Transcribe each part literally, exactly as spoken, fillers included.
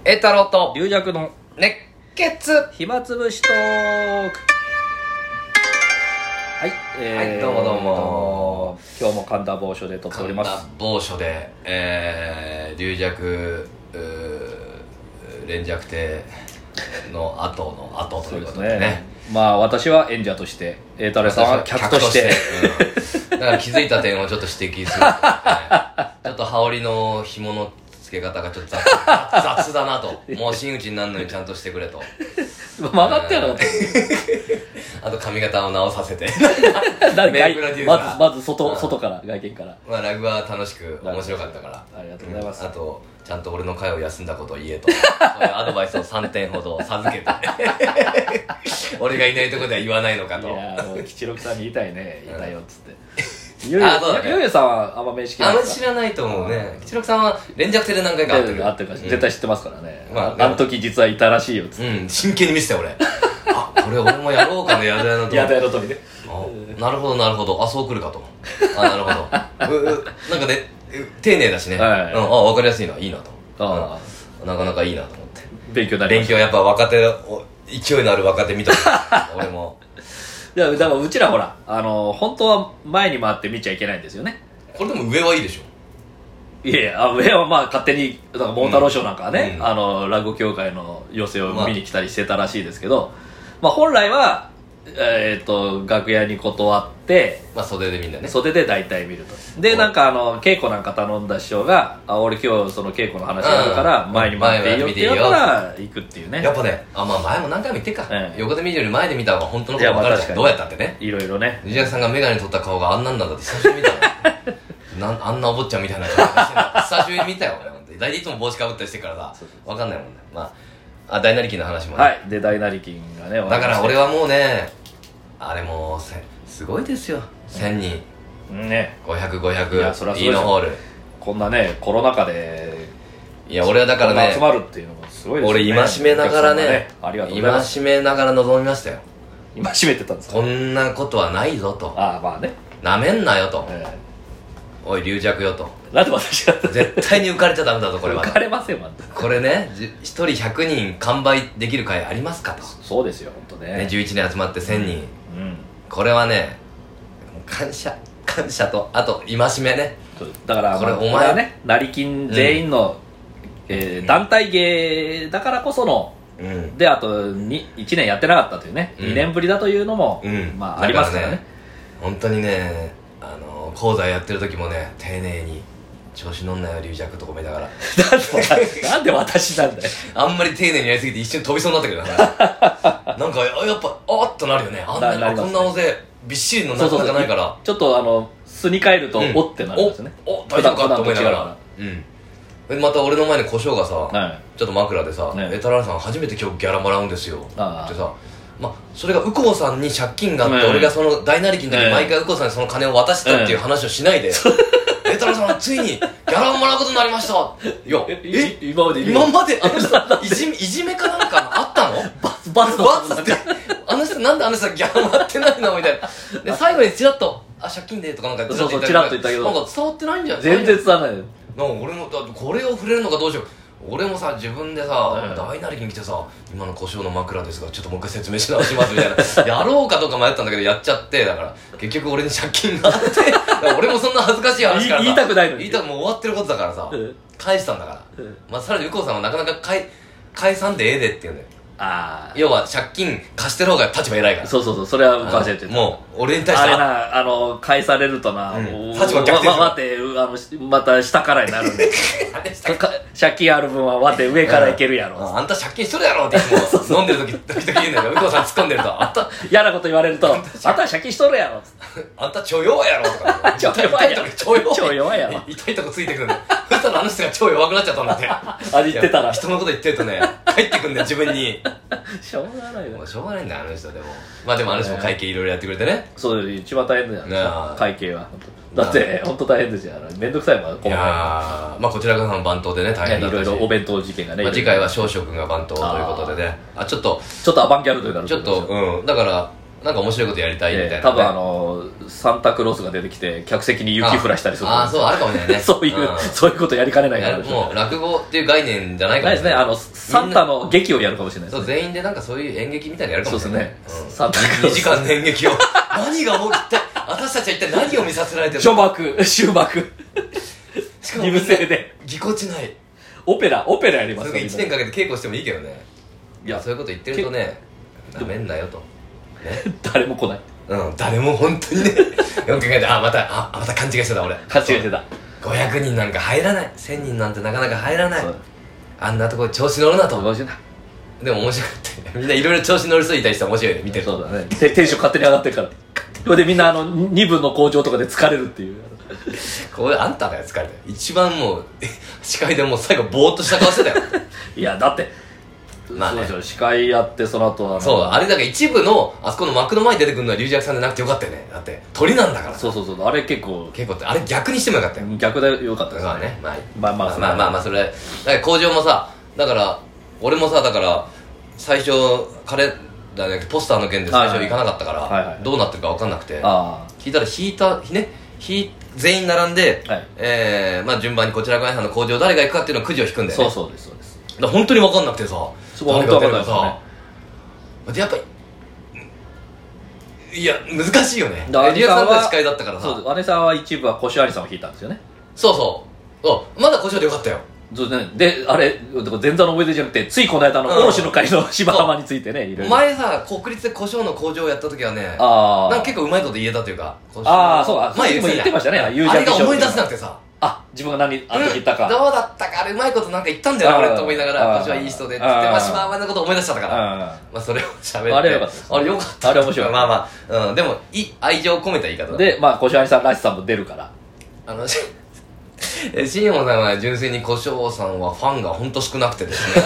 栄太郎と龍尺の熱血。 暇つぶしトーク。はい、えー、 はい、どうもどうも。 今日も神田某所で撮っております。 神田某所で、えー、龍尺連弱艇の後の後ということでね。 そうですね。まあ私は演者として、栄太郎さんは客として、 うん、だから気づいた点をちょっと指摘する、ね、ちょっと羽織の紐の付け方がちょっと 雑, 雑だなと。もう真打ちになるのにちゃんとしてくれと。 曲がってやろうと。 あと髪型を直させて。 メイプロデューサーまずまず外、うん、外から外見から。 まあラグは楽しく面白かったから。 ありがとうございます。 うん、あとちゃんと俺の会を休んだことを言えと。そういうアドバイスをさんてんほど授けて。俺がいないところでは言わないのかと。 いやもう吉六さんに言いたいね、言いたいよっつって。 ゆうゆうゆうさんはあんま面識ないですか？ あんま知らないと思うね。吉六さんは連弱艇で何回か会ってる。 会ってるから絶対知ってますからね。 まああの時実はいたらしいよっつって。 うん、真剣に見せて俺。あ、これ俺もやろうかな、宿屋のと。 宿屋の時ね。 なるほどなるほど。あ、そう来るかと。あ、なるほど。うなんかね、丁寧だしね。はい、うん、あ、わかりやすいな、いいなと。あ、うん、なかなかいいなと思って。 勉強になりました。 勉強やっぱ若手勢いのある若手見とる。俺も。 いやだからうちらほらあの本当は前に回って見ちゃいけないんですよね。 これでも上はいいでしょ。 いやいや上はまあ勝手にだから桃太郎賞なんかはね、うん、あの落語協会の寄席を見に来たりしてたらしいですけど、まあ、本来はえー、と楽屋に断って、 まあ、袖で見んだね。 袖で大体見ると。でなんかあの稽古なんか頼んだ師匠があ俺今日その稽古の話あるから前に回っていいよって言うから行くっていうね。 やっぱね、あ、まあ、前も何回も言ってっか、うん、横で見るより前で見た方が本当のこと分かるじゃん。どうやったってね、 いろいろね。 藤原さんが眼鏡取った顔があんなんなんだって久しぶりに見たの。なんあんなお坊ちゃんみたいな顔してるの久しぶりに見たよ。大体いつも帽子かぶったりしてからさ分かんないもんね。まあ、あ大成金の話もね。はい、 で大成金がね、 だから俺はもうね、あれもうせすごいですよ。せんにんね、ごひゃく、ごひゃく、イーノホール、 こんなねコロナ禍で。 いや俺はだからね、 集まるっていうのもすごいですね。 俺戒めながらね、戒めながら臨みましたよ。 戒めてたんですか？ こんなことはないぞと。 ああまあね、 なめんなよと、えー、おい龍尺よと。 なんで私が絶対に浮かれちゃダメだと。これは浮かれますよ。 これね、ひとりひゃくにん完売できる会ありますかと。 そうですよ本当 ね, ねじゅういちねん集まってせんにん、うん、これはね感謝感謝と、あと戒めね。 だからこれお前はね、成金全員の、うん、えー、団体芸だからこその、うん、であとにいちねんやってなかったというね、うん、にねんぶりだというのも、うん、まあありますからね。 本当にね、あの講座やってる時もね、丁寧に調子乗んなよ龍尺とかめながら。 なんで私なんだよ。 あんまり丁寧にやりすぎて一瞬飛びそうになったけどね。なんかやっぱあっとなるよね。あんなに、ね、こんな大勢びっしりの中がないから、 ちょっとあの素に帰ると、うん、おってなるんですね。 おお大丈夫かと思いながら。うん。また俺の前に小姓がさ、はい、ちょっと枕でさ、えタラさん初めて今日ギャラもらうんですよってさ。まあ、それが右近さんに借金があって、うん、俺がその大成金の時に毎回右近さんにその金を渡したっていう話をしないで、え太郎さんはついにギャラをもらうことになりました。いや、え今まで今まであの人いじめいじめかなんかあったの？バツバツバツってあの人なんであの人ギャラもらってないのみたいな。で最後にチラッとあ借金でとかなんかそうそうチラッと言ったけどなんか伝わってないんじゃない？ 全然伝わらない。なんか俺もだこれを触れるのかどうしよう。俺もさ自分でさ、うん、大成金来てさ今の故障の枕ですがちょっともう一回説明し直しますみたいなやろうかどうか迷ったんだけどやっちゃって、だから結局俺に借金があって俺もそんな恥ずかしい話からさ言いたくないのに言いたくもう終わってることだからさ、うん、返したんだから、うん、まあさらに右近さんはなかなか返返さんでええでって言うんだよ。あ要は借金貸してる方が立場偉いから。そうそうそう、それは昔やってた。もう俺に対してあれな、あの返されるとな、うん、 立場逆転する。 ま、待ってあのまた下からになるんで借金ある分は待って上からいけるやろ、うん、 あんた借金しとるやろっていつも飲んでる時時々言うんだけど右近さん突っ込んでるとあんた嫌なこと言われるとあんた借金しとるやろあんた超弱やろとか超弱やろ超弱やろ痛いとこついてくるんだ。そしたらあの人が超弱くなっちゃったんだって。 あ言ってたら人のこと言ってるとね帰ってくんだよ自分に。 しょうがないよ。 しょうがないんだよあの人でも。まあでもあの人も会計いろいろやってくれてね。 そう一番大変だよね会計は。だって本当大変ですよ。めんどくさいもん。いやまあこちら側の番頭でね大変だったし、 いろいろお弁当事件がね。 まあ次回は少々君が番頭ということでね。あちょっとちょっとアバンギャルドになる。 ちょっとうんだからなんか面白いことやりたいみたいな、ね、 多分あのサンタクロースが出てきて客席に雪降らしたりするああそうあるかもしれないねそういう、うん、そういうことやりかねないからもう落語っていう概念じゃないかもしれないですね。あのサンタの劇をやるかもしれないです、ね、 そう全員でなんかそういう演劇みたいなのやるかもしれない。 そうですね、うん、サンタクロースにじかんの演劇を何が起きて私たちは一体何を見させられてるの初幕終幕しかも二部制でぎこちないオペラオペラやりますよ。いちねんかけて稽古してもいいけどね。いやそういうこと言ってるとねなめんなよと、 ね、誰も来ない。 うん誰も本当にねよく考えてあまたあまた勘違いしてた俺勘違いしてた。 ごひゃくにんなんか入らないせんにんなんてなかなか入らない。あんなところ調子乗るなと。でも面白かったみんないろいろ調子乗りすぎたりして面白いね見てる。 そうだねテンション勝手に上がってるからそれでみんなあのにぶんの工場とかで疲れるっていうこれあんたが疲れたよ一番もう司会でもう最後ボーっとした顔してたよいやだってまあね、そうでしょ司会やってその後はそうあれだから一部のあそこの幕の前に出てくるのは龍尺さんじゃなくてよかったよね。だって鳥なんだから。 そうそうそうあれ結構結構ってあれ逆にしてもよかったよ。 逆でよかったですね。まあまあまあまあまあまあそれだから工場もさだから俺もさだから最初彼だねポスターの件で最初行かなかったから、はいはい、どうなってるか分かんなくて聞いたら引いたね引全員並んで、はいえーまあ、順番にこちら側さんの工場誰が行くかっていうのをくじを引くんだよね。 そうそうですそうです。 だから本当に分かんなくてさそこは本当分かんないですよね。やっぱりいや難しいよね。リアさんが司会だったからさそう姉さんは一部は小塩有さんを引いたんですよね。 そうそうそうまだ小塩でよかったよ。 であれ前座の思い出じゃなくてついこの間の卸の会の芝浜についてねいろいろ前さ国立で胡椒の工場をやった時はねあなんか結構うまいこと言えたというかああそうか前言ってましたね。あれが思い出せなくてさあ自分が何あの時言ったか、 うん、どうだったかあれうまいことなんか言ったんだよな俺と思いながら胡椒はいい人でって言ってまあ芝浜のこと思い出しちゃったからまあそれを喋ってあれよかったあれよかったあれ面白いまあまあ、うん、でもい愛情を込めた言い方でまあ胡椒兄さんらしさも出るからあのえ新山さんは純粋に胡椒さんはファンが本当少なくてですね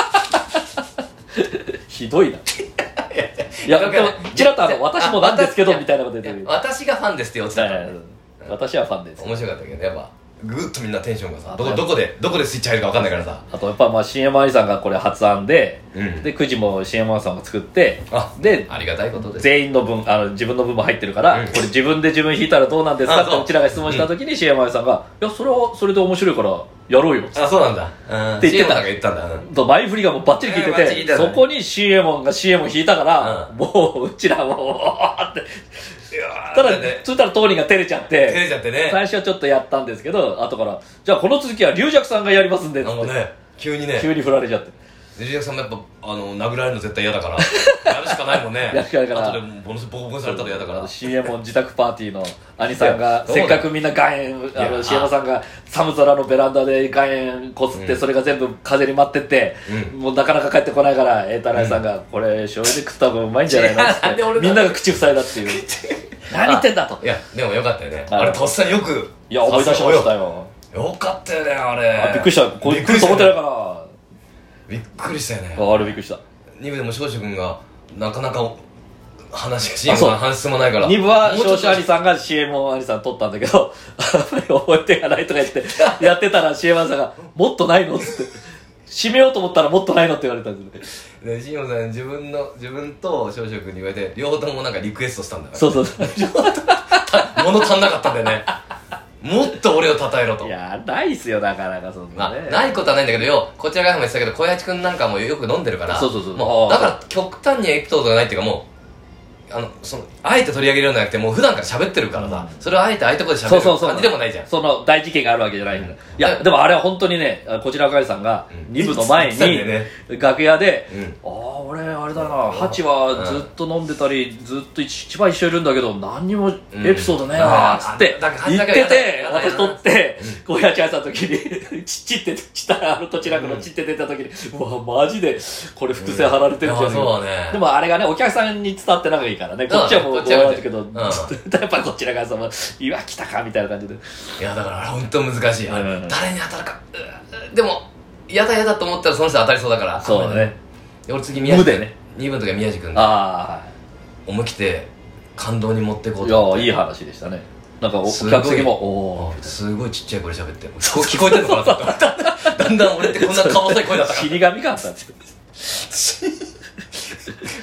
ひどいないやでもちらっとあの私もなんですけどみたいなこと言ってる私がファンですって言ってたから私はファンです。 面白かったけどやっぱぐーっとみんなテンションがさどこどこでどこでスイッチ入るか分かんないからさあとやっぱまあ新山愛さんがこれ発案で、うん、でくじも新山愛さんが作ってあでありがたいことです全員の分あの自分の分も入ってるから、うん、これ自分で自分引いたらどうなんですかってうちらが質問した時に新山愛さんがいやそれはそれで面白いからやろうよってあそうなんだ、うん、 って言ってたが言ったんだ、うん、 と前振りがもうバッチリ聞いてて、えー、そこに シーエム が シーエム 引いたから、うん、もううちらもうってただ、ね、そしたら当人が照れちゃって照れちゃってね最初はちょっとやったんですけど後からじゃあこの続きは龍尺さんがやりますんでってなんかね急にね急に振られちゃって龍尺さんもやっぱあの殴られるの絶対嫌だからやるしかないもんねやるしかないから後でボコボコされたら嫌だからシーエム 自宅パーティーの兄さんがせっかくみんな岩塩あのシーエム さんが寒空のベランダで岩塩こすって、うん、それが全部風に舞ってって、うん、もうなかなか帰ってこないから栄太郎さんが、うん、これ醤油で食った方がうまいんじゃないのってみんなが口塞いだっていう何言ってんだといやでもよかったよねあれとっさによくいや思い出しましたよよかったよねあれあびっくりしたこれ来ると思ってないからびっくりしたよねあれびっくりしたに部でも少々君がなかなか話が シーエム の話もないからに部は少々兄さんが シーエム 兄さん撮ったんだけどあんまり覚えてがないとか言ってやってたら シーエム 兄さんがもっとないのっつって締めようと思ったらもっとないのって言われたんですよね。シーエム さん自分の自分と少々君に言われて両方ともなんかリクエストしたんだよそうそうそう物足んなかったんだよねもっと俺を称えろといやないっすよなかなかそんなね、 まあ、ないことはないんだけどよこちら側も言ってたけど小八君なんかもよく飲んでるからそうそうそうもうだから極端にエピソードがないっていうかもうあのそのあえて取り上げるようじゃなくてもう普段から喋ってるからさ、うん、それをあえてああいうところで喋る感じでもないじゃんその大事件があるわけじゃないんだ、うん、いやでもあれは本当にねこちらかいさんがに部の前に、ね、楽屋で、うん、ああ俺あれだなハチはずっと飲んでたりずっと一番一緒いるんだけど何にもエピソードねえなっつって言ってて私取って小八愛さんの時にチッチってちたあのこちらのチッって出た時にうわマジでこれ伏線張られてるじゃん、 そうね、 でもあれがねお客さんに伝わってなきゃいいからねこっちはもうこっちはけど、うん、やっぱこちらがそのいわ来たかみたいな感じでいやだからあれ本当難しい、うん、誰に当たるかでも嫌だ嫌だと思ったらその人当たりそうだからそうだね俺次宮地君、 ね、 に部の時は宮地君であ思い切って感動に持ってこうと思っていやいい話でしたねなんかお客席もおーすごいちっちゃい声で喋って聞こえてんのかなと思っただんだん俺ってこんな顔細い声だったから死神かったって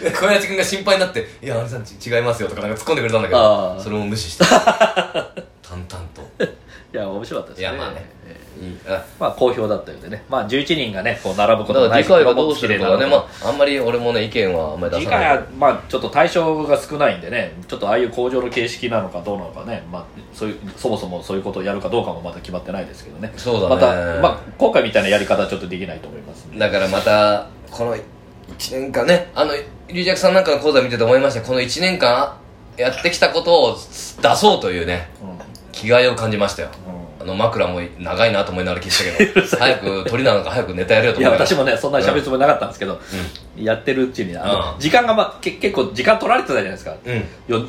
小林君が心配になって「いや兄さんち違いますよ」とかなんか突っ込んでくれたんだけど、それも無視して淡々と。 いや面白かったですね。 いやまあね、 えー、いいあまあ好評だったようでね、まあじゅういちにんがねこう並ぶことがない。次回はどうするとかね、まああんまり俺もね意見はあんまり出さない。 次回はまあちょっと対象が少ないんでね、ちょっとああいう工場の形式なのかどうなのかね、まあそういうそもそもそういうことをやるかどうかもまだ決まってないですけどね。 そうだね。 またまあ今回みたいなやり方はちょっとできないと思います、ね。 だからまたこのいちねんかんね、あの龍尺さんなんかの講座見てて思いました。このいちねんかんやってきたことを出そうというね、うん、気概を感じましたよ。あの枕も長いなと思いながら聞いてたけど早く鳥なのか早くネタやれよと思いながら。 いや私もねそんなに喋るつもりなかったんですけど、うん、やってるうちにあの、うん、時間が、まあ、け結構時間取られてたじゃないですか、うん、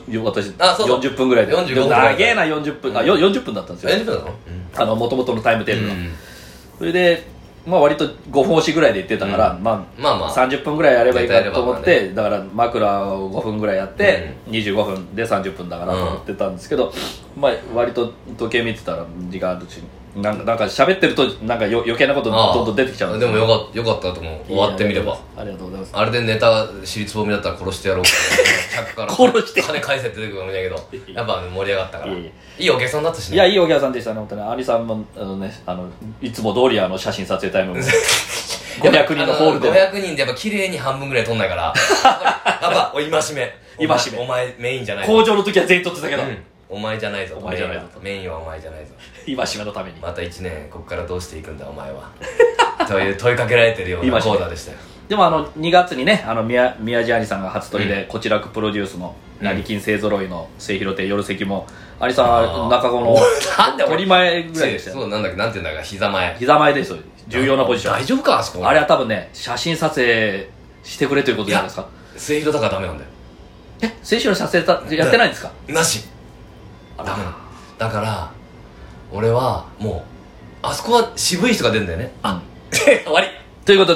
よ私あそうそうよんじゅっぷんぐらいでよんじゅうごふん長えなよんじゅっぷん、うん、あよんじゅっぷんだったんですよ。 よんじゅっぷんだの、 うん、あの元々のタイムテーブルが、うん、それでまあ割とごふん押しぐらいで言ってたから、うん、まあ、まあまあさんじゅっぷんぐらいやればいいかと思って、ね、だから枕をごふんぐらいやって、うん、にじゅうごふんでさんじゅっぷんだからと思ってたんですけど、うん、まあ割と時計見てたら時間あるうちになんかなんか喋ってるとなんかよ余計なことどんどん出てきちゃうんですよ。でもよかったよかったと思う。終わってみれば。 ありがとうございます。 あれでネタ尻つぼみだったら殺してやろうか客から殺して金返せって出てくるんだけどやっぱ盛り上がったからいいいいお客さんだったしね。 いやいいお客さんでしたね本当に。アリさんもあのねあのいつも通りあの写真撮影タイムもごひゃくにんのホールでごひゃくにんでやっぱ綺麗に半分ぐらい撮んないからやっぱお戒め戒めお前メインじゃない工場の時は全員撮ってたけど、うんお前じゃないぞ。 お前じゃないぞ。 メインはお前じゃないぞ。 戒めのために。 またいちねんここからどうしていくんだお前は。という問いかけられてるような講座でしたよ。 でもあのにがつにねあの宮宮地兄さんが初撮りで、うん、こちらくプロデュースの成金勢ぞろいの末広亭夜席も有さんは中子の撮り前ぐらいでしたよ。 そうなんだっけなんていうんだか膝前。 膝前ですよ。重要なポジション。 大丈夫かあそこ。 あれは多分ね写真撮影してくれということじゃないですか。 末広だからダメなんだよ。 え末広撮影やってないんですか。 なし。ダメだから俺はもうあそこは渋い人が出るんだよね。 あ終わりということで